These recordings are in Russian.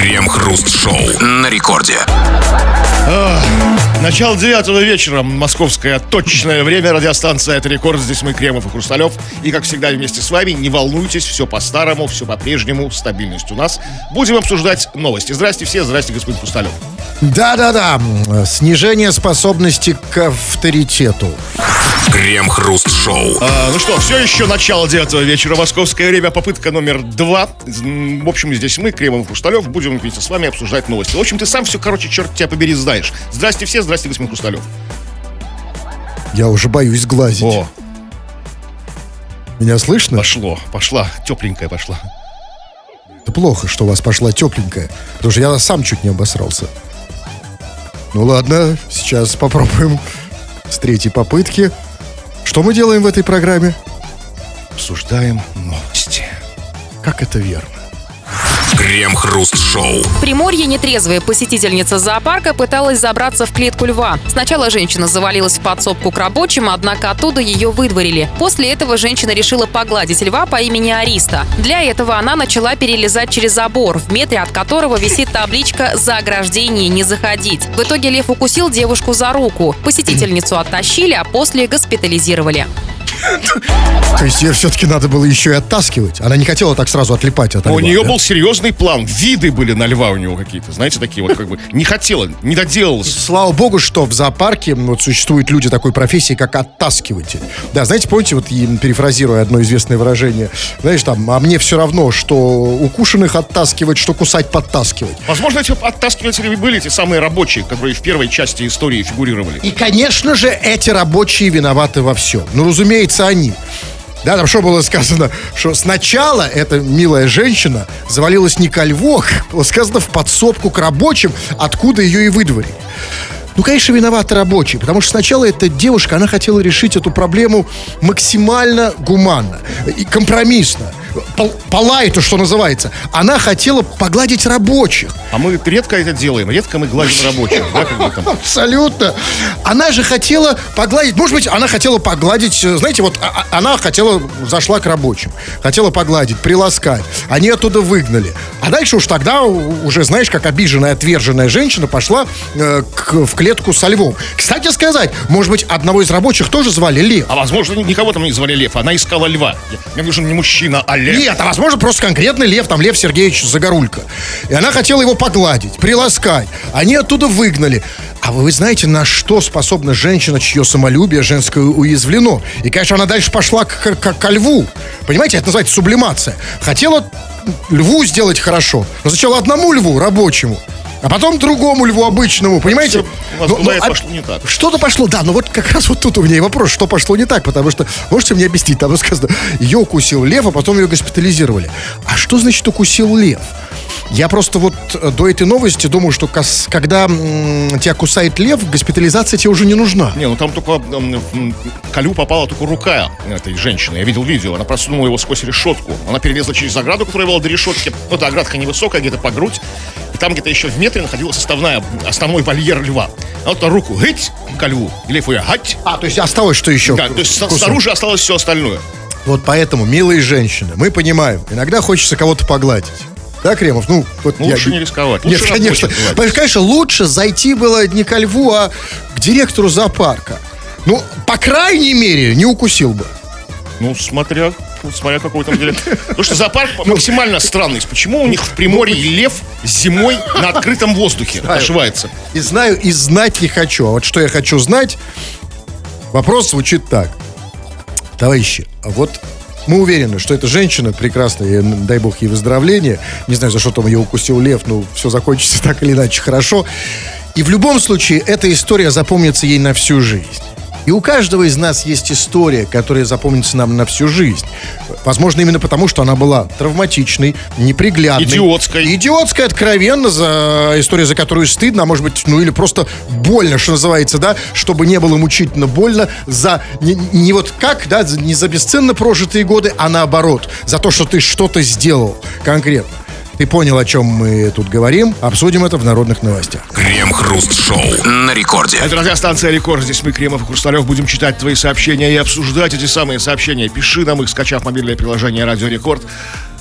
Крем-хруст-шоу на рекорде. Начало 9 вечера, московское точное время, радиостанция «Это рекорд». Здесь мы, Кремов и Хрусталев. И, как всегда, вместе с вами, не волнуйтесь, все по-старому, все по-прежнему, стабильность у нас. Будем обсуждать новости. Здрасте все, здрасте, господин Хрусталев. Да-да-да, снижение способности к авторитету. Крем-хруст-шоу. Ну что, все еще начало 9 вечера, московское время, попытка номер 2. В общем, здесь мы, Кремов и Хрусталев, будем вместе с вами обсуждать новости. В общем, ты сам все, черт тебя побери, знаешь. Здрасте все, здрасте, господин Хрусталев. Я уже боюсь глазить. О, Меня слышно? пошла, тепленькая пошла. Это плохо, что у вас пошла тепленькая, потому что я сам чуть не обосрался. Ну ладно, сейчас попробуем с третьей попытки. Что мы делаем в этой программе? Обсуждаем новости. Как это верно? Крем-хруст-шоу. В Приморье нетрезвая посетительница зоопарка пыталась забраться в клетку льва. Сначала женщина завалилась в подсобку к рабочим, однако оттуда ее выдворили. После этого женщина решила погладить льва по имени Ариста. Для этого она начала перелезать через забор, в метре от которого висит табличка «За ограждение не заходить». В итоге лев укусил девушку за руку. Посетительницу оттащили, а после госпитализировали. То есть ее все-таки надо было еще и оттаскивать. Она не хотела так сразу отлипать от льва. У нее да? был серьезный план. Виды были на льва у него какие-то. Знаете, такие вот как бы не хотела, не доделалась. Слава богу, что в зоопарке вот существуют люди такой профессии, как оттаскиватель. Да, знаете, помните, вот перефразируя одно известное выражение, знаешь, там, а мне все равно, что укушенных оттаскивать, что кусать, подтаскивать. Возможно, эти оттаскиватели были те самые рабочие, которые в первой части истории фигурировали. И, конечно же, эти рабочие виноваты во всем. Ну, разумеется, они. Да, там что было сказано? Что сначала эта милая женщина завалилась не ко льву, было сказано в подсобку к рабочим, откуда ее и выдворили. Ну, конечно, виноваты рабочие, потому что сначала эта девушка, она хотела решить эту проблему максимально гуманно и компромиссно. По лайту, что называется. Она хотела погладить рабочих. А мы редко это делаем, редко мы гладим рабочих. Да, как бы там. Абсолютно. Она же хотела погладить, может быть, она хотела погладить, знаете, вот она зашла к рабочим, хотела погладить, приласкать. Они оттуда выгнали. А дальше уж тогда, уже, знаешь, как обиженная, отверженная женщина пошла в клетку со львом. Кстати сказать, может быть, одного из рабочих тоже звали Лев. А возможно, никого там не звали Лев, она искала льва. Мне нужен не мужчина, а лев. Нет, а возможно, просто конкретный Лев, там Лев Сергеевич Загорулько. И она хотела его погладить, приласкать. Они оттуда выгнали. А вы знаете, на что способна женщина, чье самолюбие женское уязвлено? И, конечно, она дальше пошла ко льву. Понимаете, это называется сублимация. Хотела льву сделать хорошо, но сначала одному льву, рабочему, а потом другому льву, обычному, понимаете? Пошло не так. Что-то пошло, да, но вот как раз вот тут у меня и вопрос, что пошло не так, потому что, можете мне объяснить, там сказано, ее укусил лев, а потом ее госпитализировали. А что значит укусил лев? Я просто вот до этой новости думаю, что когда тебя кусает лев, госпитализация тебе уже не нужна. Не, ну там только к льву попала только рука этой женщины. Я видел видео, она просунула его сквозь решетку. Она перелезла через ограду, которая была до решетки. Ну, эта оградка невысокая, где-то по грудь. И там где-то еще в метре находилась основной вольер льва. А вот руку гыть ко льву, и лев ее гать. А, то есть осталось что еще? Да, то есть снаружи осталось все остальное. Вот поэтому, милые женщины, мы понимаем, иногда хочется кого-то погладить. Да, Кремов? Ну, вот лучше не рисковать. Нет, конечно. Конечно, лучше зайти было не ко льву, а к директору зоопарка. Ну, по крайней мере, не укусил бы. Ну, смотря какой там директор. Потому что зоопарк максимально странный. Почему у них в Приморье лев зимой на открытом воздухе ошивается? И знаю, и знать не хочу. А вот что я хочу знать, вопрос звучит так. Товарищи, вот мы уверены, что эта женщина прекрасная, дай бог ей выздоровления. Не знаю, за что там ее укусил лев, но все закончится так или иначе хорошо. И в любом случае, эта история запомнится ей на всю жизнь. И у каждого из нас есть история, которая запомнится нам на всю жизнь. Возможно, именно потому, что она была травматичной, неприглядной. Идиотской, откровенно, история, за которую стыдно, а может быть, ну или просто больно, что называется, да, чтобы не было мучительно больно за не вот как, да, не за бесценно прожитые годы, а наоборот, за то, что ты что-то сделал конкретно. Ты понял, о чем мы тут говорим? Обсудим это в народных новостях. Крем-хруст-шоу на рекорде. Это радиостанция «Рекорд». Здесь мы, Кремов и Хрусталев, будем читать твои сообщения и обсуждать эти самые сообщения. Пиши нам их, скачав мобильное приложение «Радио Рекорд».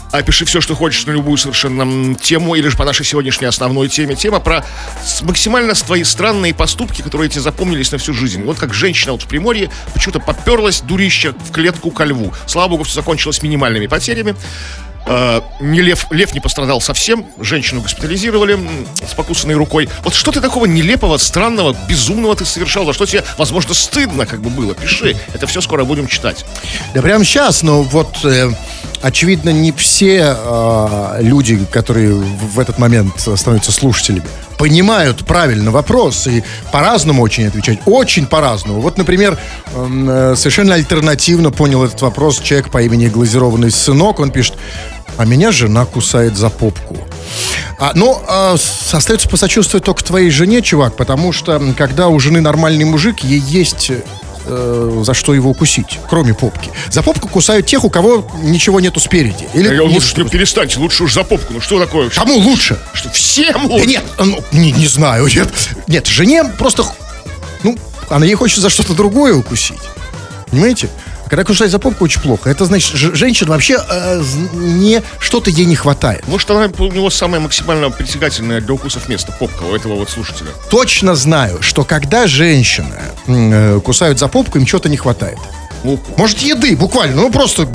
Пиши все, что хочешь на любую совершенно тему, или же по нашей сегодняшней основной теме. Тема про максимально твои странные поступки, которые тебе запомнились на всю жизнь. Вот как женщина вот в Приморье почему-то поперлась, дурище, в клетку ко льву. Слава богу, все закончилось минимальными потерями. Лев не пострадал совсем. Женщину госпитализировали с покусанной рукой. Вот что ты такого нелепого, странного, безумного ты совершал? За что тебе, возможно, стыдно как бы было? Пиши. Это все скоро будем читать. Да прямо сейчас, но вот очевидно, не все люди, которые в этот момент становятся слушателями, понимают правильно вопрос и по-разному очень отвечать. Очень по-разному. Вот, например, совершенно альтернативно понял этот вопрос человек по имени Глазированный Сынок. Он пишет: а меня жена кусает за попку. Остается посочувствовать только твоей жене, чувак, потому что когда у жены нормальный мужик, ей есть за что его укусить, кроме попки. За попку кусают тех, у кого ничего нету спереди. Или лучше перестаньте, лучше уж за попку. Ну что такое? Кому лучше? Что, всем лучше? Да нет, не знаю. Нет, жене просто... она ей хочет за что-то другое укусить. Понимаете? Когда кусать за попку, очень плохо. Это значит, женщина вообще что-то ей не хватает. Может, она у него самое максимально притягательное для укусов место, попка у этого вот слушателя. Точно знаю, что когда женщины кусают за попку, им чего-то не хватает. Может, еды, буквально, просто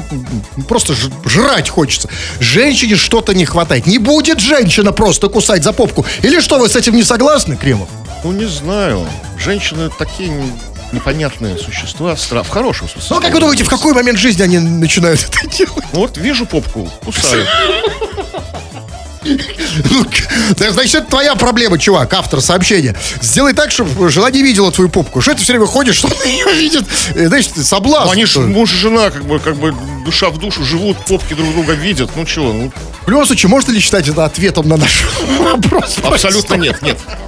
жрать хочется. Женщине что-то не хватает. Не будет женщина просто кусать за попку. Или что, вы с этим не согласны, Кремов? Не знаю. Женщины такие непонятные существа, в хорошем смысле. Как вы думаете, в какой момент жизни они начинают это делать? Вот вижу попку, кусаю. Значит, это твоя проблема, чувак, автор сообщения. Сделай так, чтобы жена не видела твою попку. Что ты все время ходишь, что она ее видит? Значит, соблазн. Они же муж и жена, как бы душа в душу живут, попки друг друга видят. Ну чего? В любом случае, можно ли считать это ответом на наш вопрос? Абсолютно нет.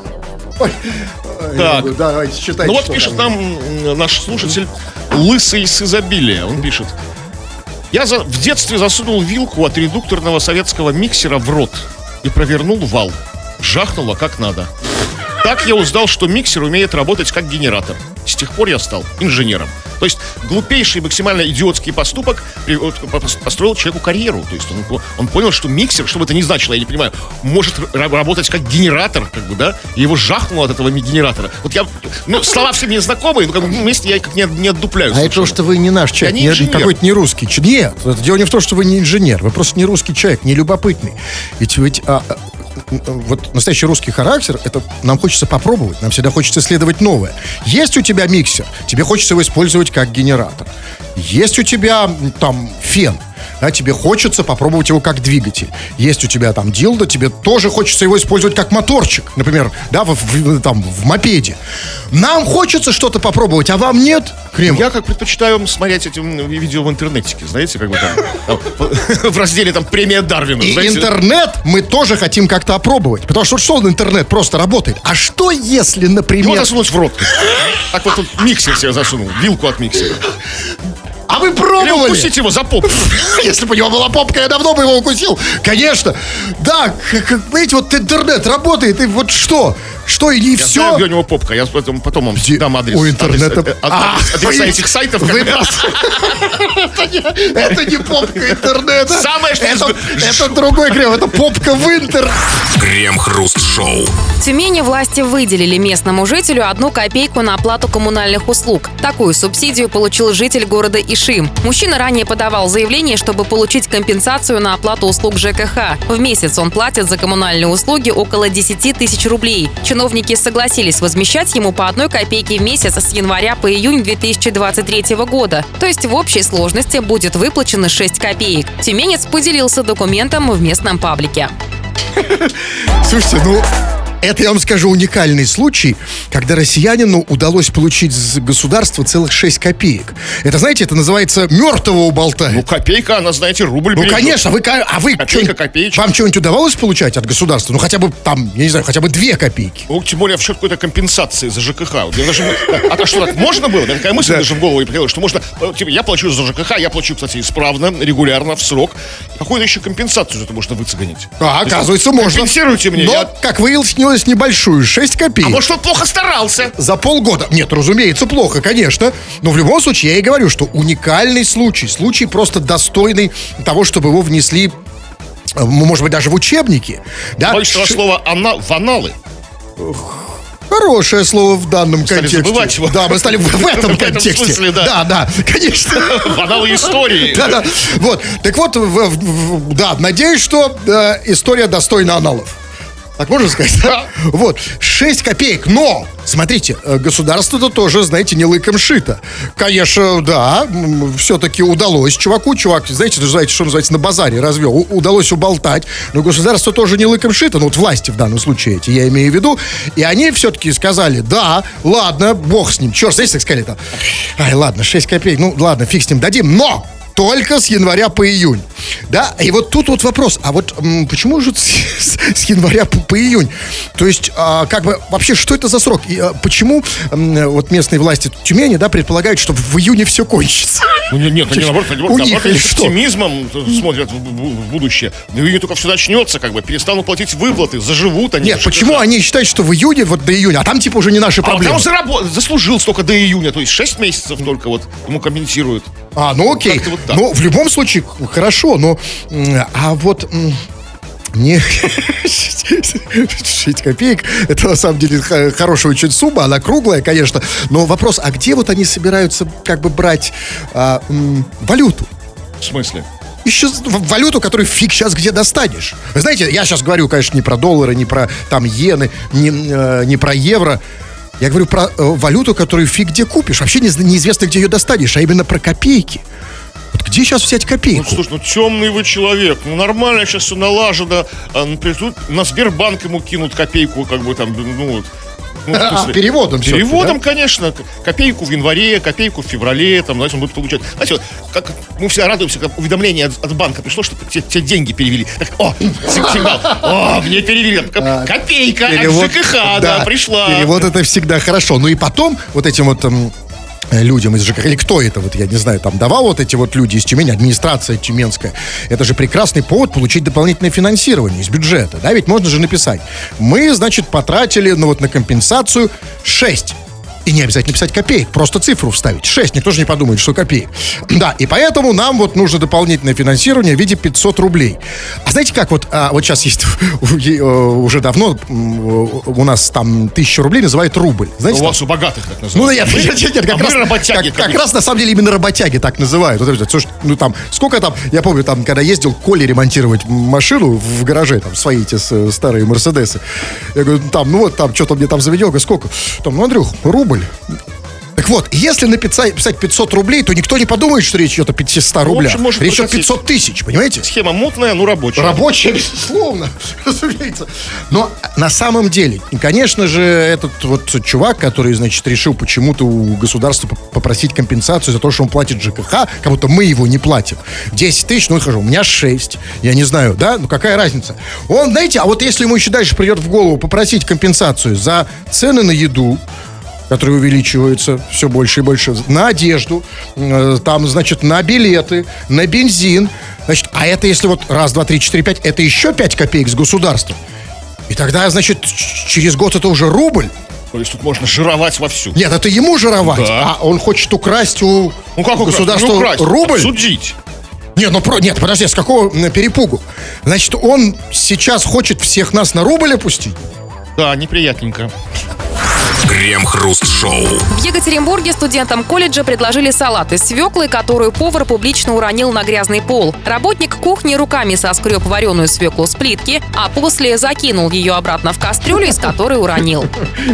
Так, давайте читайте. Вот пишет нам наш слушатель Лысый с изобилия. Он пишет: я в детстве засунул вилку от редукторного советского миксера в рот и провернул вал. Жахнуло как надо. Так я узнал, что миксер умеет работать как генератор. С тех пор я стал инженером. То есть глупейший, максимально идиотский поступок построил человеку карьеру. То есть он понял, что миксер, что бы это ни значило, я не понимаю, может работать как генератор, и его жахнуло от этого генератора. Вот я, слова все мне знакомые, но вместе я как не отдупляюсь. А это то, что вы не наш человек, какой-то не русский человек. Нет, это дело не в том, что вы не инженер, вы просто не русский человек, не любопытный. Ведь вот настоящий русский характер, это нам хочется попробовать, нам всегда хочется исследовать новое. Есть у тебя миксер, тебе хочется его использовать как генератор. Есть у тебя там фен, тебе хочется попробовать его как двигатель. Есть у тебя там дилдо, тебе тоже хочется его использовать как моторчик, например, в мопеде. Нам хочется что-то попробовать, а вам нет? Я предпочитаю смотреть эти видео в интернете, знаете, в разделе премия Дарвина. И интернет мы тоже хотим как-то опробовать, потому что интернет просто работает. А что если, например... Его засунуть в рот. Так вот тут миксер себе засунул, вилку от миксера. А вы пробовали? Или укусить его за попку. Если бы у него была попка, я давно бы его укусил. Конечно. Да, видите, вот интернет работает, и вот что? Что, и не все? Я знаю, где у него попка, я потом вам дам адрес. У интернета... Адреса этих сайтов. Это не попка интернета. Самое, что... Это другой крем, это попка в интер. Крем-хруст-шоу. В Тюмени власти выделили местному жителю 1 копейку на оплату коммунальных услуг. Такую субсидию получил житель города Ишим. Мужчина ранее подавал заявление, чтобы получить компенсацию на оплату услуг ЖКХ. В месяц он платит за коммунальные услуги около 10 тысяч рублей. Чиновники согласились возмещать ему по 1 копейке в месяц с января по июнь 2023 года. То есть в общей сложности будет выплачено 6 копеек. Тюменец поделился документом в местном паблике. Слушайте, это, я вам скажу, уникальный случай, когда россиянину удалось получить с государства целых 6 копеек. Это, знаете, это называется мертвого уболтать. Копейка, она, знаете, рубль берет. Конечно, вы копейка, копеечка. Вам что-нибудь удавалось получать от государства? Хотя бы я не знаю, хотя бы 2 копейки. Тем более в счет какой-то компенсации за ЖКХ. А что, так можно было? Такая мысль даже в голову приходила, что можно... я плачу за ЖКХ, я плачу, кстати, исправно, регулярно, в срок. Какую-то еще компенсацию за это можно выцегонить. Оказывается, можно. Компенсируйте мне. Но, как выяснилось, получилось небольшую, 6 копеек. А может, он плохо старался? За полгода. Нет, разумеется, плохо, конечно. Но в любом случае, я и говорю, что уникальный случай. Случай просто достойный того, чтобы его внесли, может быть, даже в учебники. Да? Больше слова в аналы. Хорошее слово в данном стали контексте. забывать его. Да, мы стали в этом контексте. Смысле, да. Да, конечно. В аналы истории. Да. Вот. Так вот, да, надеюсь, что история достойна аналов. Так можно сказать? Да? Вот, 6 копеек, но, смотрите, государство-то тоже, знаете, не лыком шито. Конечно, да, все-таки удалось чуваку, знаете, что называется, на базаре развел, удалось уболтать, но государство тоже не лыком шито, ну вот власти в данном случае эти, я имею в виду, и они все-таки сказали, да, ладно, бог с ним, черт, знаете, так сказали там, ай, ладно, 6 копеек, ну ладно, фиг с ним, дадим, но... Только с января по июнь. Да, и вот тут вот вопрос. А вот почему же с января по июнь? То есть, как бы, вообще, что это за срок? И почему вот местные власти Тюмени, да, предполагают, что в июне все кончится? Ну, нет, они наоборот, у них или с что? оптимизмом смотрят в будущее. В июне только все начнется, как бы, перестанут платить выплаты, заживут они. Нет, почему они считают, что в июне, вот до июня, а там типа уже не наши проблемы? А он заслужил столько до июня, то есть 6 месяцев только вот ему компенсируют. Ну окей. Вот ну, в любом случае, хорошо, но... А вот... Не 6 копеек, это на самом деле хорошая очень сумма, она круглая, конечно. Но вопрос, а где вот они собираются как бы брать валюту? В смысле? Еще валюту, которую фиг сейчас где достанешь. Вы знаете, я сейчас говорю, конечно, не про доллары, не про там иены, не про евро. Я говорю про валюту, которую фиг где купишь. Вообще неизвестно, где ее достанешь, а именно про копейки. Вот где сейчас взять копейку? Ну, слушай, темный вы человек. Ну, нормально сейчас все налажено. Например, тут на Сбербанк ему кинут копейку, как бы там, ну вот. Переводом Переводом, да? Конечно. Копейку в январе, копейку в феврале, там, знаете, он будет получать. Знаете, вот, как мы всегда радуемся, когда уведомление от банка пришло, что те деньги перевели. Так, сигнал, мне перевели. Копейка перевод, от ЖКХ, да, пришла. Перевод это всегда хорошо. Ну и потом вот этим вот... людям из ЖКХ, или кто это, вот я не знаю, там давал вот эти вот люди из Тюмени, администрация тюменская, это же прекрасный повод получить дополнительное финансирование из бюджета, да, ведь можно же написать, мы, значит, потратили, ну вот на компенсацию 6. И не обязательно писать копеек, просто цифру вставить. 6, никто же не подумает, что копеек. Да, и поэтому нам вот нужно дополнительное финансирование в виде 500 рублей. А знаете как, вот сейчас есть уже давно у нас там 1000 рублей называют рубль. Знаете, у вас у богатых так называют. Ну, нет, как раз, работяги. Как раз на самом деле именно работяги так называют. Ну там, сколько там, я помню, там, когда ездил к Коле ремонтировать машину в гараже, там, свои эти старые Мерседесы. Я говорю, там, ну вот, там, что-то мне там заведел, говорю, сколько? Там, ну, Андрюх, рубль. Так вот, если написать 500 рублей, то никто не подумает, что речь идет о 500 рублях. Речь идет о 500 тысяч, понимаете? Схема мутная, но рабочая. Рабочая, безусловно, разумеется. Но на самом деле, конечно же, этот вот чувак, который, значит, решил почему-то у государства попросить компенсацию за то, что он платит ЖКХ, как будто мы его не платим. 10 тысяч, ну, хожу, у меня 6. Я не знаю, да? Ну, какая разница? Он, знаете, а вот если ему еще дальше придет в голову попросить компенсацию за цены на еду, которые увеличиваются все больше и больше, на одежду, там, значит, на билеты, на бензин. Значит, а это если вот раз, два, три, четыре, пять, это еще 5 копеек с государства. И тогда, значит, через год это уже рубль. То есть тут можно жировать вовсю. Нет, это ему жировать, да. А он хочет украсть у государства рубль. Судить. Нет, нет, подожди, с какого перепугу? Значит, он сейчас хочет всех нас на рубль опустить? Да, неприятненько. Крем-хруст-шоу. В Екатеринбурге студентам колледжа предложили салат из свеклы, которую повар публично уронил на грязный пол. Работник кухни руками соскреб вареную свеклу с плитки, а после закинул ее обратно в кастрюлю, из которой уронил.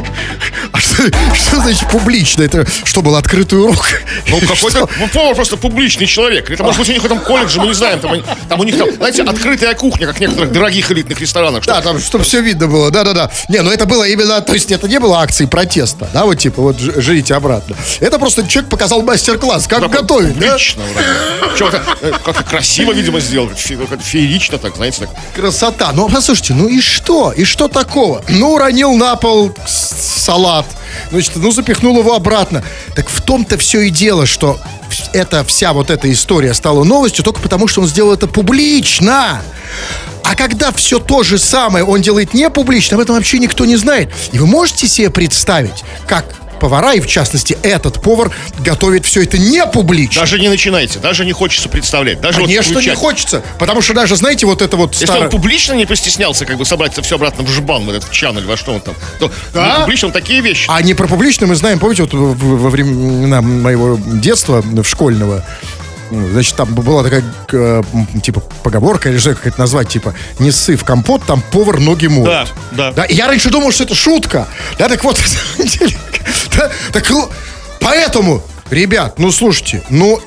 А что значит публично? Это что, был открытый урок? Ну, какой-то повар просто публичный человек. Это, может быть, у них в этом колледже, мы не знаем. Там у них, знаете, открытая кухня, как в некоторых дорогих элитных ресторанах. Да, там, чтобы все видно было, да-да-да. Не, ну это было именно, то есть это не было акцией протеста, да, вот типа, вот жрите обратно. Это просто человек показал мастер-класс, как готовить. Публично, да? Что-то как-то красиво, видимо, сделал, феерично так, знаете, так. Красота. Ну, послушайте, ну и что? И что такого? Ну, уронил на пол салат, значит, ну, запихнул его обратно. Так в том-то все и дело, что вся вот эта история стала новостью только потому, что он сделал это публично. А когда все то же самое он делает не публично, об этом вообще никто не знает. И вы можете себе представить, как повара, и в частности этот повар, готовит все это не публично? Даже не начинайте, даже не хочется представлять. Даже Конечно, вот не хочется. Потому что даже, знаете, вот это вот Если он публично не постеснялся, как бы собрать это все обратно в жбан, вот этот чан или во что он там, то Да? публично он такие вещи. А не про публично мы знаем, помните, вот во времена моего детства, школьного, значит, там была такая, типа, поговорка, или что как это назвать, типа, не ссы в компот, там повар ноги моет. Да. И я раньше думал, что это шутка. Да, так вот, на самом деле, да, так, поэтому, ребят, ну, слушайте,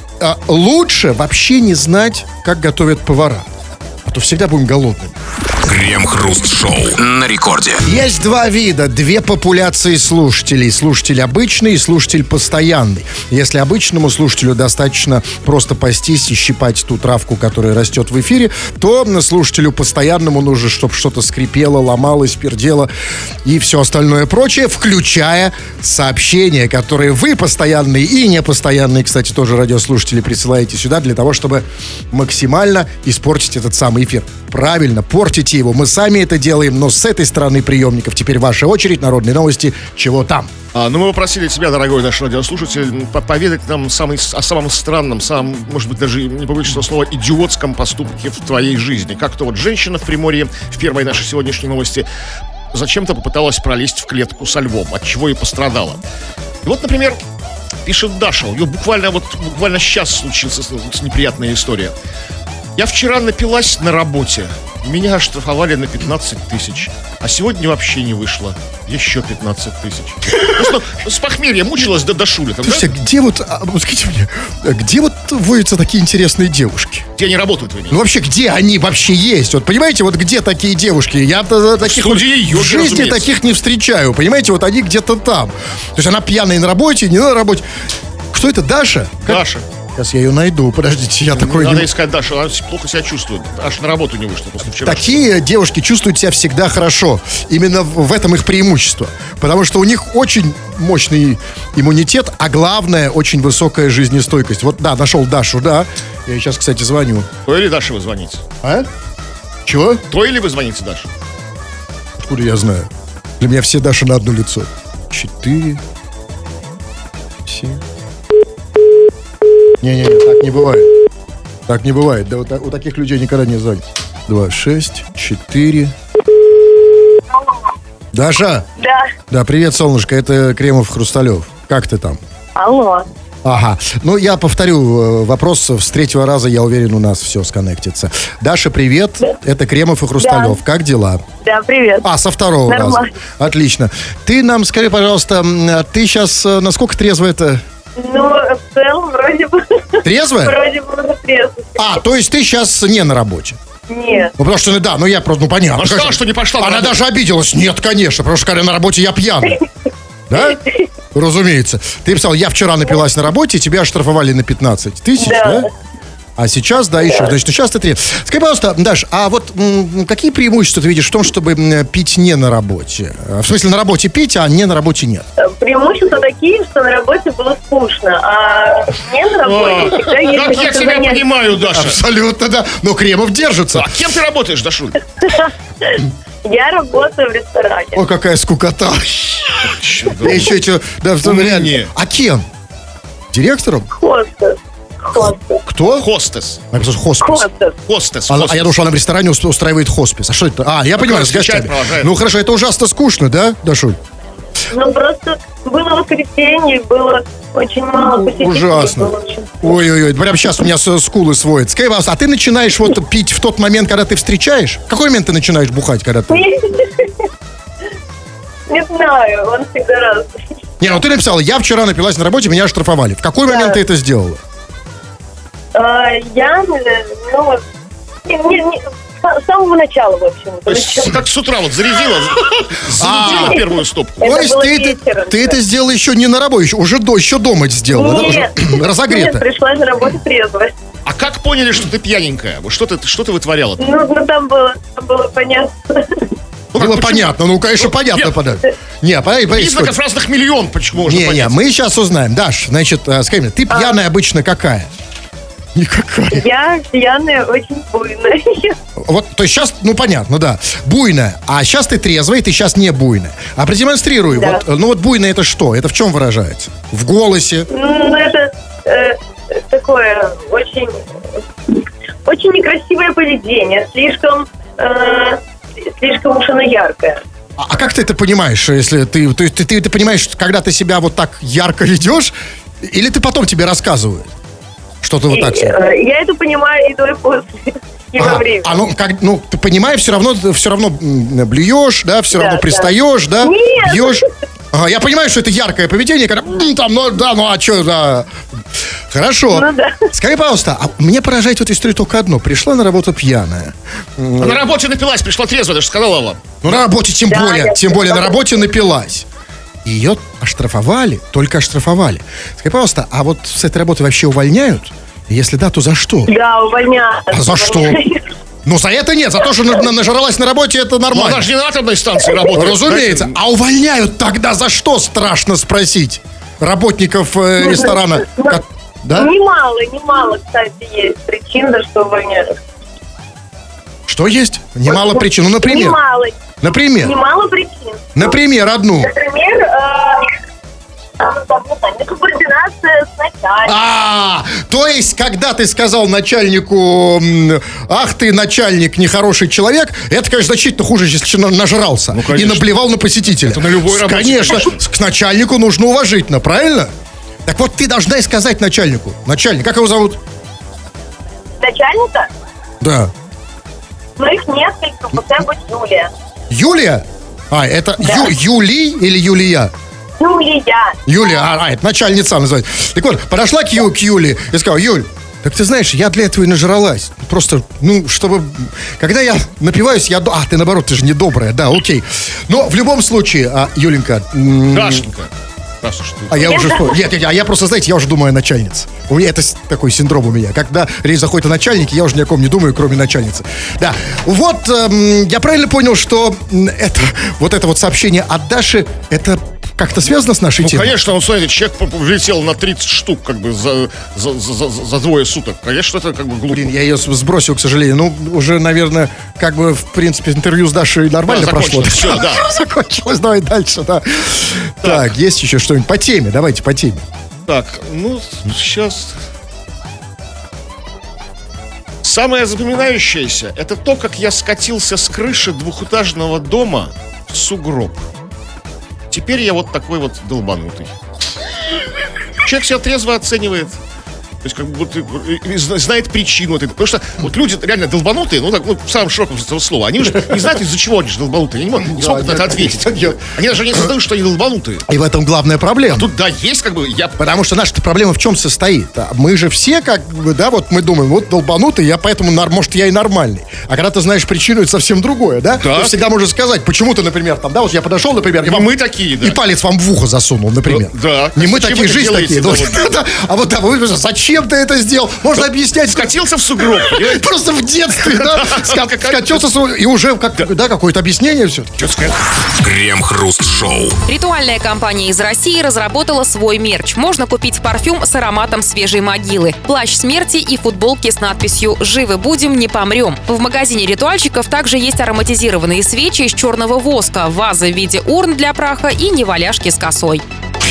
лучше вообще не знать, как готовят повара. А то всегда будем голодными. Крем-хруст-шоу на рекорде. Есть два вида, две популяции слушателей. Слушатель обычный и слушатель постоянный. Если обычному слушателю достаточно просто пастись и щипать ту травку, которая растет в эфире, то слушателю постоянному нужно, чтобы что-то скрипело, ломалось, пердело и все остальное прочее, включая сообщения, которые вы, постоянные и непостоянные, кстати, тоже радиослушатели, присылаете сюда для того, чтобы максимально испортить этот самый эфир. Правильно, портите его. Мы сами это делаем, но с этой стороны приемников теперь ваша очередь. Народные новости. Чего там? Мы попросили тебя, дорогой наш радиослушатель, поведать нам о самом странном, самом, может быть, даже не побоюсь этого слова, идиотском поступке в твоей жизни. Как-то вот женщина в Приморье в первой нашей сегодняшней новости зачем-то попыталась пролезть в клетку со львом, от чего и пострадала. И вот, например, пишет Даша, у нее буквально сейчас случилась неприятная история. Я вчера напилась на работе. Меня оштрафовали на 15 тысяч. А сегодня вообще не вышло. Еще 15 тысяч. Просто с похмелья мучилась до шули. Слушайте, где вот, скажите мне, где вот водятся такие интересные девушки? Где они работают, вы имеете? Ну вообще, где они вообще есть? Вот понимаете, вот где такие девушки? Я таких студии йоги, в жизни разумеется. таких не встречаю. Понимаете, вот они где-то там. То есть она пьяная на работе, не на работе. Кто это, Даша? Даша. Сейчас я ее найду. Подождите, я такой... Надо искать Дашу, она плохо себя чувствует. Аж на работу не вышла после вчера. Такие девушки чувствуют себя всегда хорошо. Именно в этом их преимущество. Потому что у них очень мощный иммунитет, а главное, очень высокая жизнестойкость. Вот, да, нашел Дашу, да. Я ей сейчас, кстати, звоню. Той или Даше вы звоните? А? Чего? Той или вы звоните Даше? Откуда я знаю? Для меня все Даши на одно лицо. 4, 7... Не-не-не, так не бывает. Так не бывает. Да, вот у таких людей никогда не звонят. 2, 6, 4. Даша? Да. Да, привет, солнышко. Это Кремов Хрусталев. Как ты там? Алло. Ага. Ну, я повторю вопрос. С третьего раза, я уверен, у нас все сконнектится. Даша, привет. Да. Это Кремов и Хрусталев. Да. Как дела? Да, привет. Со второго Нормально. раза. Отлично. Ты нам скажи, пожалуйста, ты сейчас насколько трезвая-то? Ну, в целом, вроде бы... Трезвая? Вроде бы уже трезвая. То есть ты сейчас не на работе? Нет. Ну, потому что, да, я просто, понятно. Она сказала, что не пошла. Она даже обиделась. Нет, конечно, потому что, когда на работе я пьяный. Да? Разумеется. Ты писал, я вчера напилась на работе, тебя оштрафовали на 15 тысяч, да? А сейчас, да, еще. Значит, сейчас ты трезвый. Скажи, пожалуйста, Даш, а вот какие преимущества ты видишь в том, чтобы пить не на работе? В смысле, на работе пить, а не на работе нет? Преимущества такие, что на работе было скучно, а не на работе всегда есть... Как я тебя понимаю, Даша. Абсолютно, да. Но Кремов держится. А кем ты работаешь, Дашуль? Я работаю в ресторане. О, какая скукота. Я еще эти... Да, реально. А кем? Директором? Хостес. Кто? Хостес. Хостес. А я думал, что она в ресторане устраивает хоспис. А что это? Я понимаю, с гостями. Ну хорошо, это ужасно скучно, да, Дашуль? Ну просто было воскресенье, было очень мало посетителей. Ужасно. Ой-ой-ой, прямо сейчас у меня скулы сводят. Скажи, а ты начинаешь вот пить в тот момент, когда ты встречаешь? В какой момент ты начинаешь бухать, когда ты... Не знаю, он всегда разный. Не, ну ты написала, я вчера напилась на работе, меня оштрафовали. В какой момент ты это сделала? Я, с самого начала, в общем. То есть, как с утра вот зарядила первую стопку. То есть ты это сделала еще не на работе, уже дома сделала, да? Уже разогрето. Нет, пришла на работу трезвая. А как поняли, что ты пьяненькая? Что ты вытворяла? Ну, там было понятно. Было понятно, конечно, понятно. Не, признаков разных миллион, почему можно понять? Не, мы сейчас узнаем. Даш, значит, скажи мне, ты пьяная обычно какая? Никакая. Я пьяная, очень буйная. Вот, то есть сейчас, ну понятно, да, буйная. А сейчас ты трезвая, ты сейчас не буйная. А продемонстрируй. Да. Вот, ну вот буйная это что? Это в чем выражается? В голосе? Ну, это такое очень, очень некрасивое поведение. Слишком уж оно яркое. А как ты это понимаешь, если ты, то есть ты понимаешь, когда ты себя вот так ярко ведешь, или ты потом тебе рассказывают? Что ты вот так себя? Я это понимаю и до, и после. И во время. Ну, ты понимаешь, все равно блюешь, да, все равно Да. пристаешь, да, Нет. бьешь. Ага, я понимаю, что это яркое поведение, когда там, а что, да. Хорошо. Ну да. Скажи, пожалуйста, а меня поражает в этой истории только одно. Пришла на работу пьяная. На работе напилась, пришла трезвая, даже сказала вам. Ну, на работе тем Да, более я на работе напилась. Ее оштрафовали, только оштрафовали. Скажи, пожалуйста, а вот с этой работы вообще увольняют? Если да, то за что? Да, увольняют. А за что? Ну, за это нет, за то, что нажралась на работе, это Ну, нормально. она же не на атомной станции работает. Разумеется. Знаете, А увольняют тогда за что, страшно спросить? Работников ресторана. Да? Немало, кстати, есть причин, за что увольняют. Что есть? Немало причин. Ну, например. Например. Немало причин. Например, одну. Например, несубординация с начальником. То есть, когда ты сказал начальнику, ах ты, начальник, нехороший человек, это, конечно, значительно хуже, если нажрался и конечно. наплевал на посетителя. Это на любой работе, Конечно, к начальнику нужно уважительно, правильно? Так вот, ты должна и сказать начальнику. Начальник, как его зовут? Начальника? Да. Ну, их несколько, пускай будет Юлия. Юлия? Это Да. Юлий или Юлия? Юлия. Юлия, это начальница называется. Так вот, подошла к Юле и сказала: Юль, так ты знаешь, я для этого и нажралась. Просто, чтобы... Когда я напиваюсь, ты наоборот, ты же недобрая, да, окей. Но в любом случае, Юленька... Дашенька. Даша, что ты? Я уже... Нет, я просто, знаете, я уже думаю о начальнице. У меня это такой синдром у меня. Когда речь заходит о начальнике, я уже ни о ком не думаю, кроме начальницы. Да. Вот, я правильно понял, что это вот сообщение от Даши, это как-то связано с нашей темой? Конечно, смотрите, человек влетел на 30 штук, как бы, за двое суток. Конечно, это как бы глупо. Блин, я ее сбросил, к сожалению. Уже, наверное, как бы, в принципе, интервью с Дашей нормально прошло. Все, да. Закончилось, давай дальше, да. Так, есть еще что-нибудь по теме? Давайте по теме. Так, сейчас... Самое запоминающееся — это то, как я скатился с крыши двухэтажного дома в сугроб. Теперь я вот такой вот долбанутый. Человек себя трезво оценивает. То есть, как будто знает причину этой. Потому что вот люди реально долбанутые, в самом широком смысле этого слова, они уже не знают, из-за чего они же долбанутые. Они не смогут на это ответить. Они даже не осознают, что они долбанутые. И в этом главная проблема. Тут, да, есть как бы... Потому что наша проблема в чем состоит? Мы же все как бы, да, вот мы думаем, вот долбанутый, я поэтому, может, я и нормальный. А когда ты знаешь причину, это совсем другое, да? Да. Ты всегда можешь сказать, почему ты, например, там, да, вот я подошел, например, Не мы такие, да. и палец вам в ухо засунул, например. Да. Не мы Зачем такие, вы это жизнь делаете? такие. Да, А вот да, вы зачем ты это сделал? Можно объяснять. Скатился в сугроб, понимаете? Просто в детстве, да? Скатился и уже какое-то объяснение все-таки. Крем-хруст-шоу. Ритуальная компания из России разработала свой мерч. Можно купить парфюм с ароматом свежей могилы, плащ смерти и футболки с надписью «Живы будем, не помрем». В магазине ритуальщиков также есть ароматизированные свечи из черного воска, вазы в виде урн для праха и неваляшки с косой.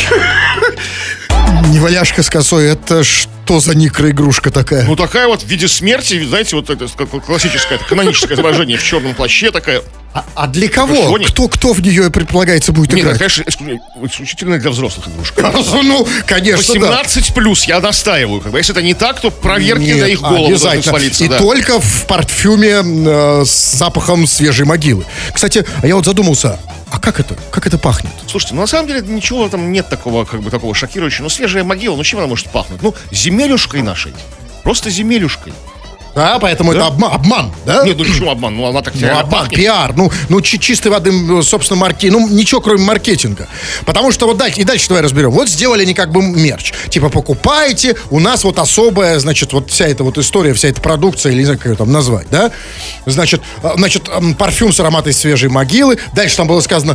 Неваляшка с косой, это что за микроигрушка такая? Такая вот в виде смерти, знаете, вот это классическое, это каноническое изображение в черном плаще такая. А для кого? Кто в нее, предполагается, будет Нет, играть? конечно, исключительно для взрослых игрушка. Ну, конечно, да. 18+, я настаиваю. Если это не так, то проверки Нет, на их голову должны обязательно. свалиться. И да. только в парфюме с запахом свежей могилы. Кстати, я вот задумался, а как это? Как это пахнет? Слушайте, на самом деле ничего там нет такого, такого шокирующего. Свежая могила, чем она может пахнуть? Земелюшкой нашей. Просто земелюшкой. Да, поэтому Да? это обман, да? Нет, почему обман? Она так реально обман, пахнет. пиар, чистой воды, собственно, ничего, кроме маркетинга. Потому что дальше давай разберем. Вот сделали они как бы мерч. Типа, покупайте, у нас вот особая, значит, вот вся эта вот история, вся эта продукция, или не знаю, как ее там назвать, да? Значит, парфюм с ароматой свежей могилы. Дальше там было сказано,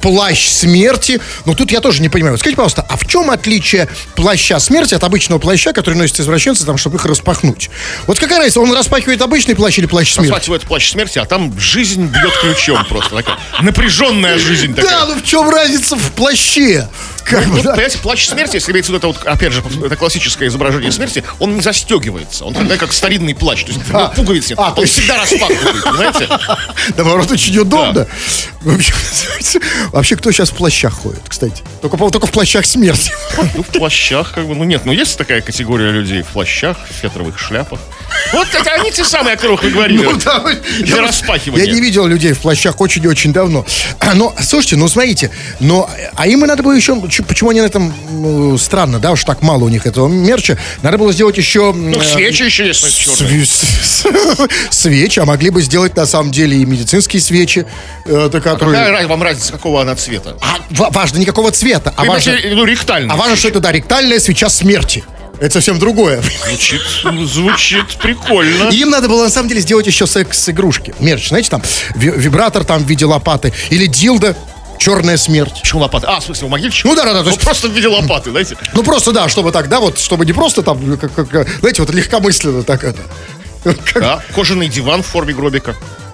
плащ смерти. Но тут я тоже не понимаю. Скажите, пожалуйста, а в чем отличие плаща смерти от обычного плаща, который носят извращенцы, там, чтобы их распахнуть? Вот какая разница, он распахивает обычный плащ или плащ смерти? Распахивает плащ смерти, а там жизнь бьет ключом просто. Такая напряженная жизнь такая. Да, ну в чем разница в плаще? Понимаете, плащ смерти, если имеется в виду, это вот, опять же, это классическое изображение смерти, он не застегивается. Он тогда как старинный плащ. То есть пуговиц нет. Он всегда распахнутый, понимаете? Наоборот, очень удобно. Вообще, кто сейчас в плащах ходит, кстати? Только в плащах смерти. Ну, в плащах, как бы, нет, есть такая категория людей в плащах, в фетровых шляпах. Вот это они те самые, о которых вы говорили. Для распахивания. Я не видел людей в плащах очень и очень давно. Но, слушайте, смотрите, а им и надо было еще, почему они на этом, странно, да, уж так мало у них этого мерча, надо было сделать еще... свечи еще есть. Свечи, а могли бы сделать, на самом деле, и медицинские свечи, которые... Какая вам разница, какого она цвета? Важно не какого цвета, а важно... ректальная. А важно, что это, да, ректальная свеча смерти. Это совсем другое. Звучит прикольно. И им надо было, на самом деле, сделать еще секс-игрушки. Мерч, знаете, там, вибратор там в виде лопаты. Или дилдо, черная смерть. Почему лопаты? В смысле, у могильщика? Да. Ну, просто в виде лопаты, знаете? Ну, просто, да, чтобы так, да, вот, чтобы не просто там, знаете, вот легкомысленно так это. Да, кожаный диван в форме гробика.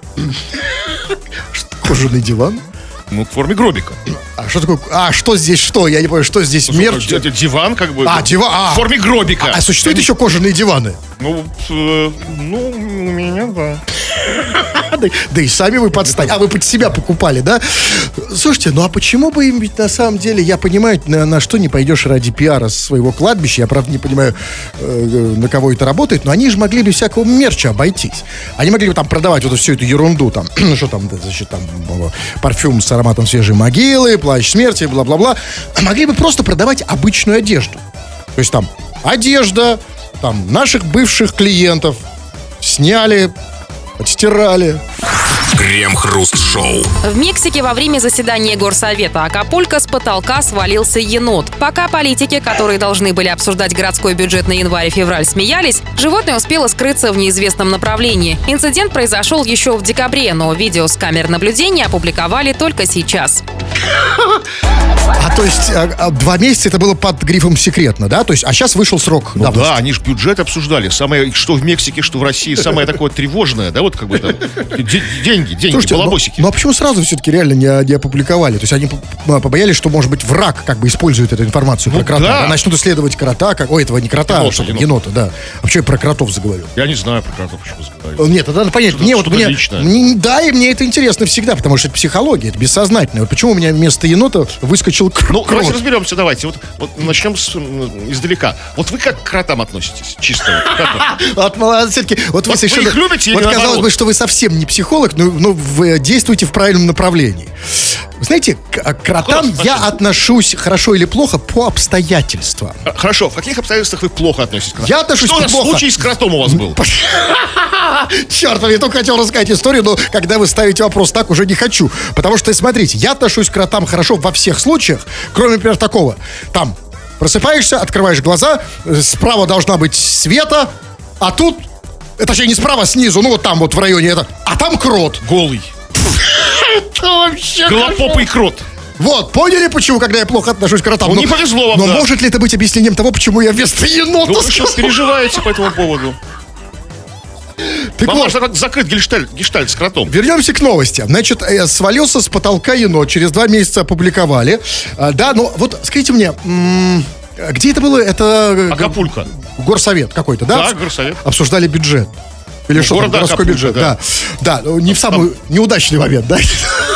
Кожаный диван? В форме гробика. А что такое? Что здесь что? Я не понимаю, что здесь мерч? Это диван, как бы. Диван. В форме гробика. А существуют еще кожаные диваны? У меня, да. Да и сами вы подстать. Вы под себя покупали, да? Слушайте, а почему бы им ведь на самом деле, я понимаю, на что не пойдешь ради пиара своего кладбища, я, правда, не понимаю, на кого это работает, но они же могли без всякого мерча обойтись. Они могли бы там продавать вот всю эту ерунду, там, что там, значит, там, парфюм с ароматом свежей могилы, плащ смерти, бла-бла-бла. Могли бы просто продавать обычную одежду. То есть там одежда, там, наших бывших клиентов сняли, отстирали. Крем-хруст-шоу. В Мексике во время заседания Горсовета Акапулько с потолка свалился енот. Пока политики, которые должны были обсуждать городской бюджет на январь-февраль, смеялись, животное успело скрыться в неизвестном направлении. Инцидент произошел еще в декабре, но видео с камер наблюдения опубликовали только сейчас. То есть 2 месяца это было под грифом секретно, да? То есть, а сейчас вышел срок давности. Да, они же бюджет обсуждали. Самое, что в Мексике, что в России, самое такое тревожное, да, вот как бы там деньги, слушайте, балабосики. А почему сразу все-таки реально не опубликовали? То есть они побоялись, что, может быть, враг как бы использует эту информацию про крота. Да. Начнут исследовать крота, этого не крота, енота, да. А почему я про кротов заговорил? Я не знаю про кротов, почему заговорил. Нет, это надо понять. Да, и мне это интересно всегда, потому что это психология, это бессознательно. Вот почему у меня вместо енота выскочил крот? Давайте разберемся, давайте. Вот начнем издалека. Вот вы как к кротам относитесь? Чисто. Все-таки, вот вы совершенно... Вы их любите или вот казалось наоборот? бы, что вы совсем не психолог, но вы действуете в правильном направлении. Знаете, к кротам я отношусь хорошо или плохо по обстоятельствам. Хорошо, в каких обстоятельствах вы плохо относитесь к кротам? Я отношусь плохо. Что за случай с кротом у вас был? Черт, я только хотел рассказать историю, но когда вы ставите вопрос так, уже не хочу. Потому что, смотрите, я отношусь к кротам хорошо во всех случаях, кроме, например, такого. Там просыпаешься, открываешь глаза, справа должна быть Света, а тут, точнее, не справа, снизу, вот там вот в районе это, а там крот. Голый. Это вообще голопопый крот. Вот, поняли, почему, когда я плохо отношусь к кротам? Не повезло вам, Но да. может ли это быть объяснением того, почему я вместо енота Вы сейчас переживаете по этому поводу. Вам можно закрыть гештальт с кротом. Вернемся к новости. Значит, свалился с потолка енот. Через 2 месяца опубликовали. Да, ну вот скажите мне, где это было? Это Акапулько. Горсовет какой-то, да? Да, горсовет. Обсуждали бюджет. Или что там, городской бюджет, да. Да, не в самый неудачный момент, да?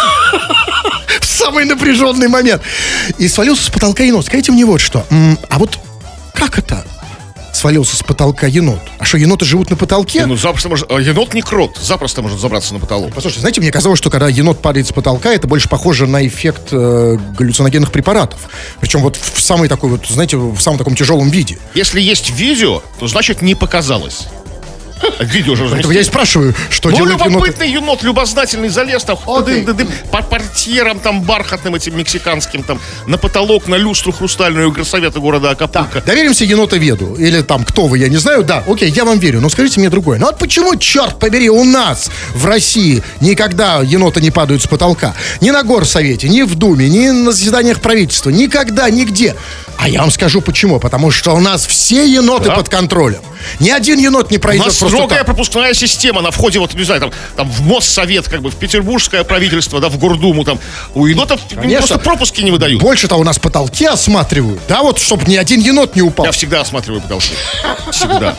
В самый напряженный момент. И свалился с потолка енот. Скажите мне вот что. А вот как это? Свалился с потолка енот. А что, еноты живут на потолке? Запросто может... Енот не крот, запросто может забраться на потолок. Послушайте, знаете, мне казалось, что когда енот падает с потолка, это больше похоже на эффект галлюциногенных препаратов. Причем вот в самой такой вот, знаете, в самом таком тяжелом виде. Если есть видео, то значит не показалось. Видео же Поэтому разместили. я и спрашиваю, что Ну, делают еноты. любопытный енот, любознательный, залез там, Окей. по портьерам там бархатным этим мексиканским, там, на потолок, на люстру хрустальную горсовета города Акапулько. Доверимся енотоведу. Или там, кто вы, я не знаю. Да, окей, я вам верю. Но скажите мне другое. Ну вот почему, черт побери, у нас в России никогда еноты не падают с потолка? Ни на горсовете, ни в Думе, ни на заседаниях правительства. Никогда, нигде. А я вам скажу почему. Потому что у нас все еноты под контролем. Ни один енот не У пройдет нас просто строгая так. пропускная система на входе, вот, не знаю, там в Моссовет, как бы, в Петербургское правительство, да, в Гордуму, там, у енотов Конечно. просто пропуски не выдают. Больше того, у нас потолки осматривают. Да, вот, чтобы ни один енот не упал. Я всегда осматриваю потолки. Всегда.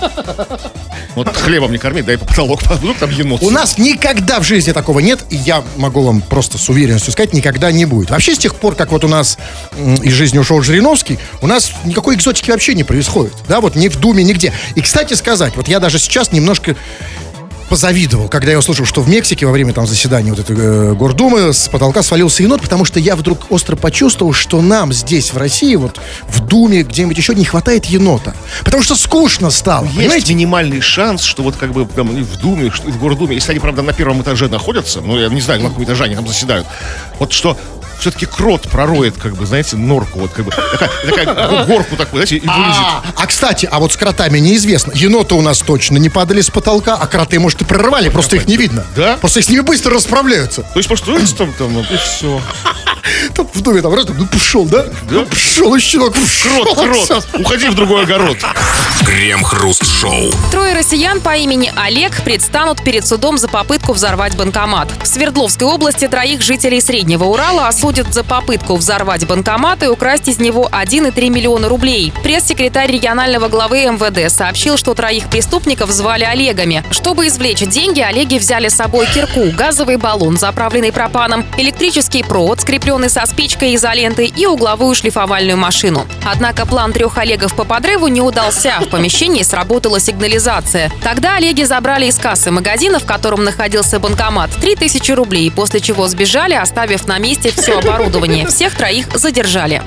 Вот хлебом не корми, дай по потолок, вдруг там енот. У нас никогда в жизни такого нет, и я могу вам просто с уверенностью сказать, никогда не будет. Вообще, с тех пор, как вот у нас из жизни ушел Жириновский, у нас никакой экзотики вообще не происходит. Да, вот ни в Думе, нигде. И, кстати сказать, вот я даже сейчас немножко позавидовал, когда я услышал, что в Мексике во время там заседания вот этой Гордумы с потолка свалился енот, потому что я вдруг остро почувствовал, что нам здесь, в России, вот в Думе, где-нибудь еще не хватает енота. Потому что скучно стало, Есть понимаете? минимальный шанс, что вот как бы там и в Думе, и в Гордуме, если они, правда, на первом этаже находятся, ну, я не знаю, на каком этаже они там заседают, вот что все-таки крот пророет, как бы, знаете, норку, вот как бы, такая горку такую, знаете, и вылезет. Кстати, а вот с кротами неизвестно. Еноты у нас точно не падали с потолка, а кроты, может, и прорвали, просто их не видно. Да? Просто с ними быстро расправляются. То есть просто там, и все. Там в доме там раз, ну пошел, да? Ну пошел, щенок, пошел. Крот, уходи в другой огород. Крем-хруст-шоу. Трое россиян по имени Олег предстанут перед судом за попытку взорвать банкомат. В Свердловской области троих жителей Среднего Урала осудят за попытку взорвать банкомат и украсть из него 1,3 миллиона рублей. Пресс-секретарь регионального главы МВД сообщил, что троих преступников звали Олегами. Чтобы извлечь деньги, Олеги взяли с собой кирку, газовый баллон, заправленный пропаном, электрический провод, скрепленный со спичкой и изолентой, и угловую шлифовальную машину. Однако план трех Олегов по подрыву не удался. В помещении сработала сигнализация. Тогда Олеги забрали из кассы магазина, в котором находился банкомат, 3000 рублей, после чего сбежали, оставив на месте все оборудование. Всех троих задержали.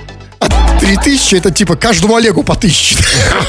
3000, это типа каждому Олегу по 1000.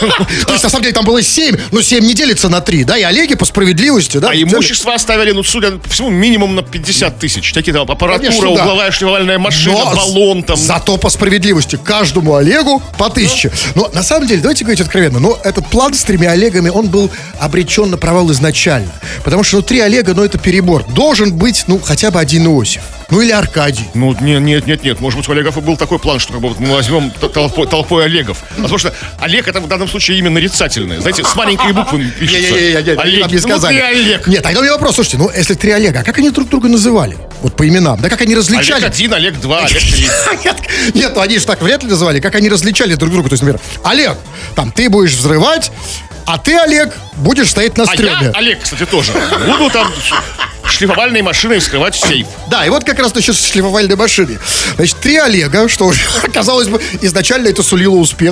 То есть, на самом деле, там было 7, но 7 не делится на 3, да? И Олеги по справедливости, да? А имущество оставили, ну, судя по всему, минимум на 50 тысяч. Такие там аппаратура, Конечно, да. угловая шлифовальная машина, Но баллон там. Зато по справедливости каждому Олегу по 1000. Но на самом деле, давайте говорить откровенно, но этот план с 3 Олегами, он был обречен на провал изначально. Потому что 3 Олега, это перебор. Должен быть, хотя бы один Иосиф. Ну или Аркадий. Ну, нет. Может быть, у Олегов и был такой план, что как бы вот мы возьмем толпой Олегов. Потому что Олег это в данном случае имя нарицательное. Знаете, с маленькой буквы пишется. Олег, не сказали. 3 Олег. Нет, тогда у меня вопрос, слушайте, если 3 Олега, а как они друг друга называли? Вот по именам, да как они различали? Олег 1, Олег 2, Олег 3. Нет, они же так вряд ли называли, как они различали друг друга. То есть, например, Олег, там ты будешь взрывать, а ты, Олег, будешь стоять на А стреме. я, Олег, кстати, тоже. Буду там шлифовальной машиной вскрывать сейф. Да, и вот как раз насчет шлифовальной машины. Значит, 3 Олега, что уже, казалось бы, изначально это сулило успех.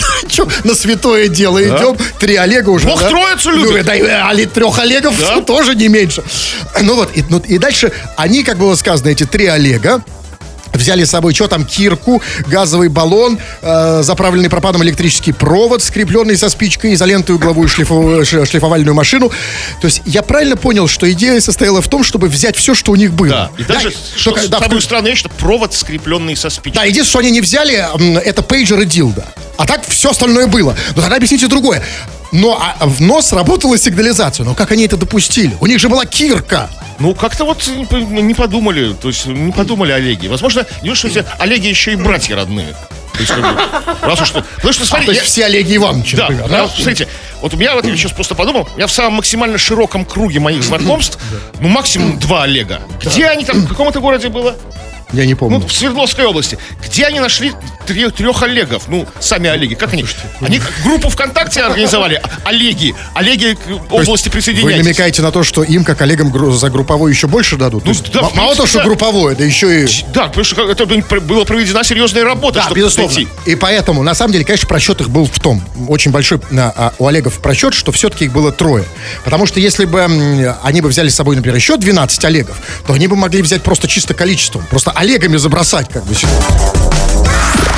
На святое дело идем. 3 Олега уже. Бог Троицу любит. Да, и 3 Олегов Да. тоже не меньше. Ну вот, и дальше они, как было сказано, эти 3 Олега, взяли с собой, что там, кирку, газовый баллон, заправленный пропаном электрический провод, скрепленный со спичкой, изолентой, угловую шлифовальную машину. То есть я правильно понял, что идея состояла в том, чтобы взять все, что у них было. Да, и даже, самую странную вещь, что провод, скрепленный со спичкой. Да, единственное, что они не взяли, это пейджер и дилда. А так все остальное было. Но тогда объясните другое. Но в нос работала сигнализация. Но как они это допустили? У них же была кирка. Ну, как-то вот не подумали, то есть не подумали Олеги. Возможно, не что эти Олеги еще и братья родные. То есть, как бы, раз уж что... Потому что, смотри, То есть все Олеги Ивановичи, Да, например, да, смотрите, вот у меня, вот я сейчас просто подумал, у меня в самом максимально широком круге моих знакомств, максимум 2 Олега. Где они там, в каком это городе было? Я не помню. В Свердловской области. Где они нашли 3 Олегов? Сами Олеги. Как они? Они группу ВКонтакте организовали. Олеги к области Вы присоединяйтесь. намекаете на то, что им, как Олегам, за групповое еще больше дадут? То есть, да, в мало того, принципе, что да. групповое, да еще и... Да, потому что это была проведена серьезная работа, Да, чтобы безусловно. найти. И поэтому, на самом деле, конечно, просчет их был в том, очень большой у Олегов просчет, что все-таки их было 3. Потому что если бы они бы взяли с собой, например, еще 12 Олегов, то они бы могли взять просто чисто количеством, просто Олегами забросать, как бы, сюда.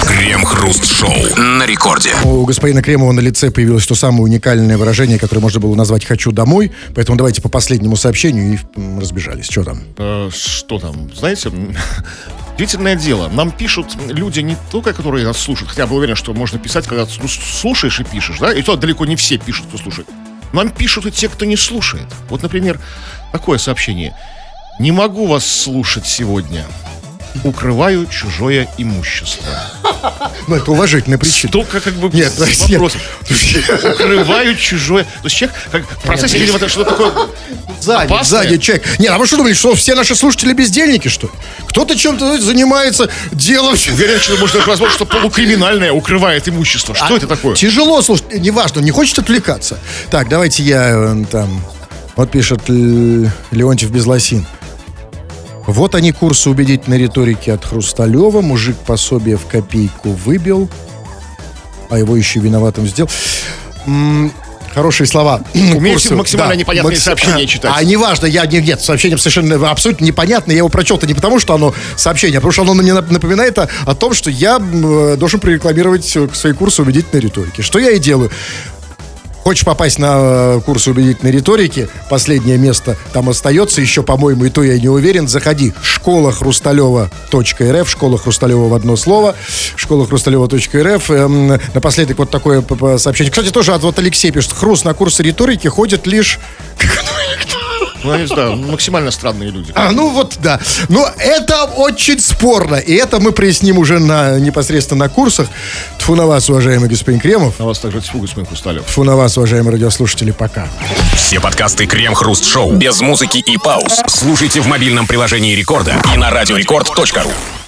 Крем-хруст-шоу на рекорде. У господина Кремова на лице появилось то самое уникальное выражение, которое можно было назвать «хочу домой». Поэтому давайте по последнему сообщению и разбежались. Что там? Что там? Знаете, удивительное дело. Нам пишут люди не только, которые нас слушают, хотя я был уверен, что можно писать, когда слушаешь и пишешь, да? И то далеко не все пишут, кто слушает. Нам пишут и те, кто не слушает. Вот, например, такое сообщение. «Не могу вас слушать сегодня. Укрываю чужое имущество». Ну, это уважительная причина. Только как бы Нет, вопрос. Укрываю чужое. То есть человек как в процессе, видимо, это что-то такое Сзади человек. Нет, а вы что думали, что все наши слушатели бездельники, что ли? Кто-то чем-то занимается делом. Уверен, что может даже возможно, что полукриминальное укрывает имущество. Что это такое? Тяжело слушать, неважно, не хочет отвлекаться. Так, давайте я там... Вот пишет Леонтьев Безлосин. Вот они, курсы убедительной риторики от Хрусталева. Мужик пособие в копейку выбил, а его еще виноватым сделал. Хорошие слова. Умеете максимально непонятные сообщения читать. А неважно, нет, сообщение совершенно абсолютно непонятное. Я его прочел-то не потому, что оно сообщение, а потому что оно мне напоминает о том, что я должен прорекламировать свои курсы убедительной риторики. Что я и делаю. Хочешь попасть на курсы убедительной риторики, последнее место там остается, еще, по-моему, и то я не уверен. Заходи, школахрусталева.рф, школа Хрусталева в одно слово, школахрусталева.рф. Напоследок вот такое сообщение. Кстати, тоже вот Алексей пишет, Хруст на курсы риторики ходит лишь... Ну, я не знаю, максимально странные люди. Ну вот, да. Но это очень спорно. И это мы проясним уже непосредственно на курсах. Тьфу на вас, уважаемый господин Кремов. На вас также тьфу, господин Хрусталев. Тьфу на вас, уважаемые радиослушатели, пока. Все подкасты Крем-хруст-шоу без музыки и пауз слушайте в мобильном приложении Рекорда и на радиорекорд.ру.